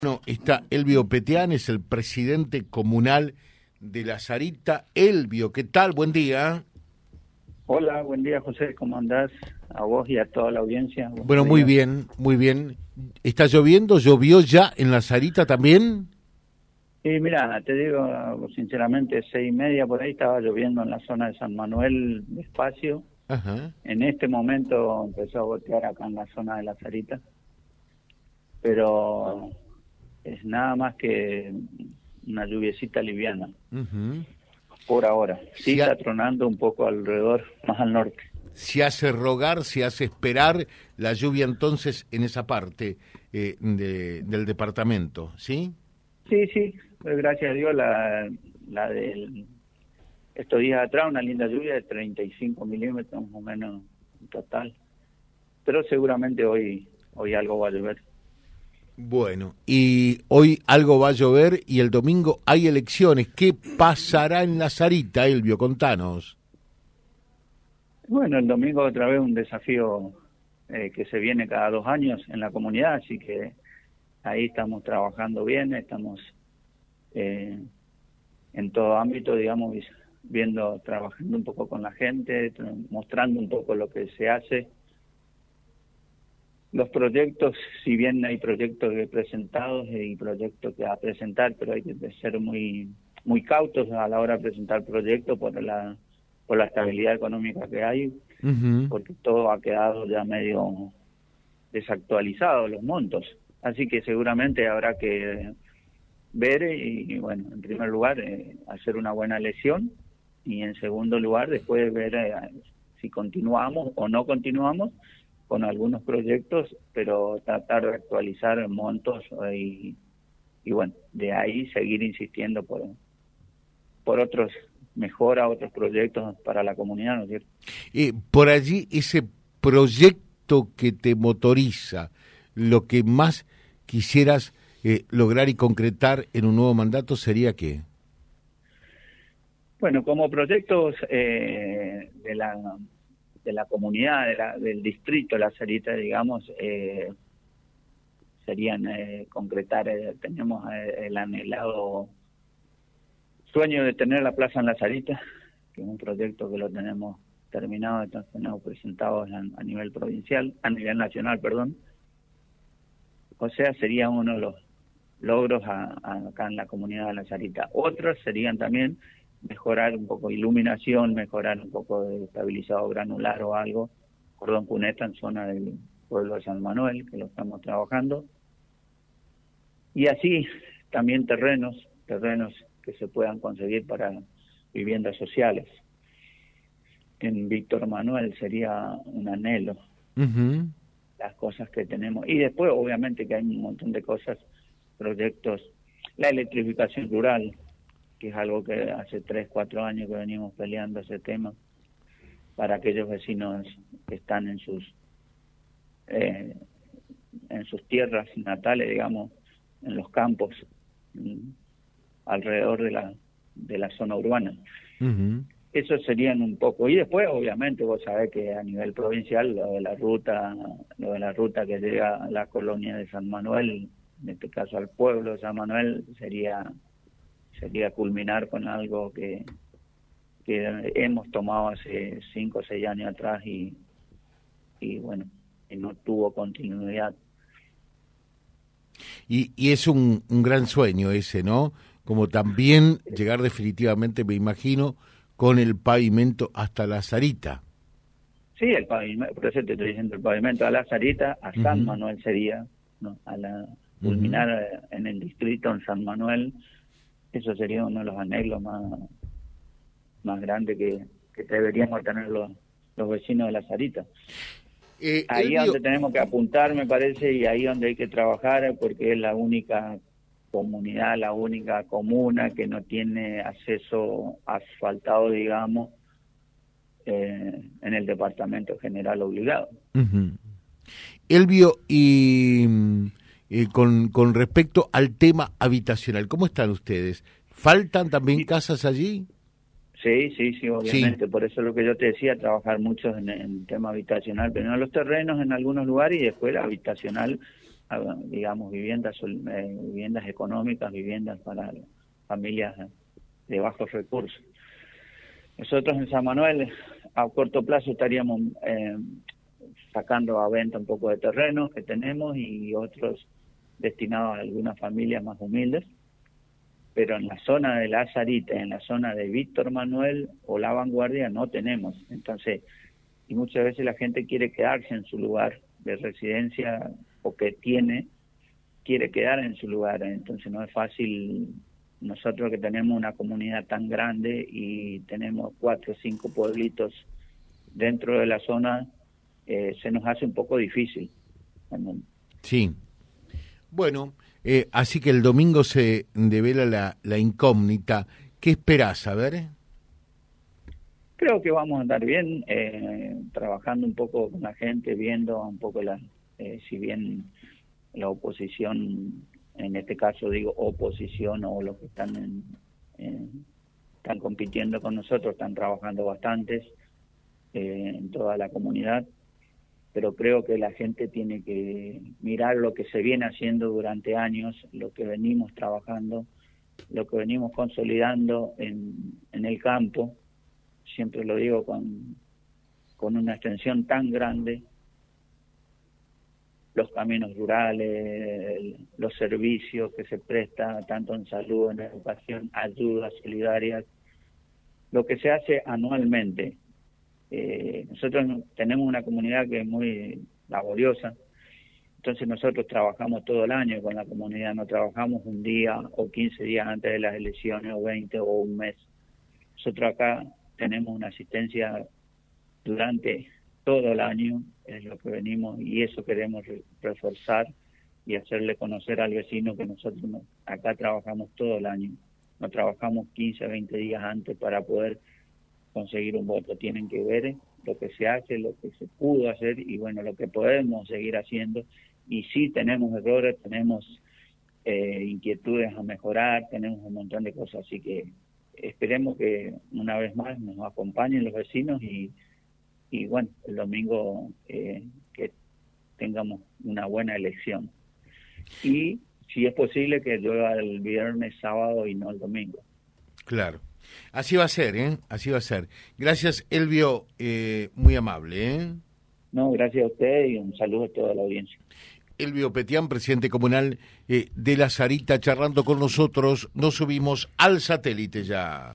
No, está Elvio Peteán, es el presidente comunal de La Sarita. Elvio, ¿qué tal? Buen día. Hola, buen día José, ¿cómo andás? A vos y a toda la audiencia. Bueno, muy bien, muy bien. ¿Está lloviendo? ¿Llovió ya en La Sarita también? Y mira, te digo sinceramente, 6:30 por ahí estaba lloviendo en la zona de San Manuel, despacio. Ajá. En este momento empezó a gotear acá en la zona de La Sarita, pero es nada más que una lluviecita liviana, Uh-huh. por ahora. Sí está tronando un poco alrededor, más al norte. Se hace rogar, se hace esperar la lluvia entonces en esa parte del departamento, ¿sí? Sí, gracias a Dios la del estos días atrás una linda lluvia de 35 milímetros más o menos en total, pero seguramente hoy algo va a llover. Bueno, y hoy algo va a llover y el domingo hay elecciones. ¿Qué pasará en La Sarita, Elvio? Contanos. Bueno, el domingo otra vez un desafío que se viene cada 2 años en la comunidad, así que ahí estamos trabajando bien, estamos en todo ámbito, digamos, trabajando un poco con la gente, mostrando un poco lo que se hace. Los proyectos, si bien hay proyectos presentados y proyectos que a presentar, pero hay que ser muy cautos a la hora de presentar proyectos por la estabilidad económica que hay, Uh-huh. porque todo ha quedado ya medio desactualizado, los montos. Así que seguramente habrá que ver y bueno, en primer lugar, hacer una buena elección y en segundo lugar, después ver si continuamos o no continuamos con algunos proyectos, pero tratar de actualizar montos y bueno, de ahí seguir insistiendo por otros otros proyectos para la comunidad, ¿no es cierto? Por allí, ese proyecto que te motoriza, lo que más quisieras lograr y concretar en un nuevo mandato, ¿sería qué? Bueno, como proyectos de la comunidad, del distrito La Sarita, digamos, serían concretar, tenemos el anhelado sueño de tener la plaza en La Sarita, que es un proyecto que lo tenemos terminado, tenemos presentado a nivel provincial, a nivel nacional, perdón. O sea, sería uno de los logros acá en la comunidad de La Sarita. Otros serían también mejorar un poco de iluminación, mejorar un poco de estabilizado granular o algo, cordón cuneta en zona del pueblo de San Manuel, que lo estamos trabajando. Y así también terrenos que se puedan conseguir para viviendas sociales. En Víctor Manuel sería un anhelo, Uh-huh. las cosas que tenemos. Y después, obviamente, que hay un montón de cosas, proyectos, la electrificación rural, que es algo que hace 3, 4 años que venimos peleando ese tema, para aquellos vecinos que están en sus tierras natales, digamos, en los campos, alrededor de la zona urbana. Uh-huh. Eso serían un poco. Y después, obviamente, vos sabés que a nivel provincial, lo de la ruta que llega a la colonia de San Manuel, en este caso al pueblo de San Manuel, sería culminar con algo que hemos tomado hace 5 o 6 años atrás y bueno, y no tuvo continuidad. Y es un gran sueño ese, ¿no? Como también llegar definitivamente, me imagino, con el pavimento hasta La Sarita. Sí, el pavimento, por eso te estoy diciendo, el pavimento a La Sarita, a San Uh-huh. Manuel sería, ¿no? Culminar Uh-huh. en el distrito, en San Manuel. Eso sería uno de los anhelos más grandes que deberíamos tener los vecinos de La Sarita. Ahí es Elvio, donde tenemos que apuntar, me parece, y ahí es donde hay que trabajar, porque es la única comunidad, la única comuna que no tiene acceso asfaltado, digamos, en el departamento general obligado. uh-huh. Elvio, y con respecto al tema habitacional, ¿cómo están ustedes? ¿Faltan también casas allí? Sí, obviamente. Sí. Por eso es lo que yo te decía, trabajar mucho en el tema habitacional. Primero los terrenos en algunos lugares y después la habitacional digamos, viviendas económicas, viviendas para familias de bajos recursos. Nosotros en San Manuel a corto plazo estaríamos sacando a venta un poco de terrenos que tenemos y otros destinados a algunas familias más humildes, pero en la zona de La Sarita, en la zona de Víctor Manuel o La Vanguardia no tenemos. Entonces, y muchas veces la gente quiere quedarse en su lugar de residencia o que quiere quedar en su lugar, entonces no es fácil. Nosotros que tenemos una comunidad tan grande y tenemos 4 o 5 pueblitos dentro de la zona, se nos hace un poco difícil. Sí. Bueno, así que el domingo se devela la incógnita. ¿Qué esperás? A ver. Creo que vamos a andar bien, trabajando un poco con la gente, viendo un poco si bien la oposición, en este caso digo oposición, o los que están están compitiendo con nosotros, están trabajando bastantes en toda la comunidad, pero creo que la gente tiene que mirar lo que se viene haciendo durante años, lo que venimos trabajando, lo que venimos consolidando en el campo, siempre lo digo, con una extensión tan grande, los caminos rurales, los servicios que se prestan, tanto en salud, en educación, ayudas solidarias, lo que se hace anualmente. Nosotros tenemos una comunidad que es muy laboriosa, entonces nosotros trabajamos todo el año con la comunidad, no trabajamos un día o 15 días antes de las elecciones, o 20 o un mes. Nosotros acá tenemos una asistencia durante todo el año, es lo que venimos, y eso queremos reforzar y hacerle conocer al vecino que nosotros acá trabajamos todo el año, no trabajamos 15 o 20 días antes para poder conseguir un voto. Tienen que ver lo que se hace, lo que se pudo hacer y bueno, lo que podemos seguir haciendo. Y sí tenemos errores, tenemos inquietudes a mejorar, tenemos un montón de cosas, así que esperemos que una vez más nos acompañen los vecinos y bueno, el domingo que tengamos una buena elección. Y si es posible que llueva el viernes, sábado y no el domingo. Claro. Así va a ser, ¿eh? Así va a ser. Gracias, Elvio, muy amable, ¿eh? No, gracias a usted y un saludo a toda la audiencia. Elvio Petián, presidente comunal de La Sarita, charlando con nosotros. Nos subimos al satélite ya.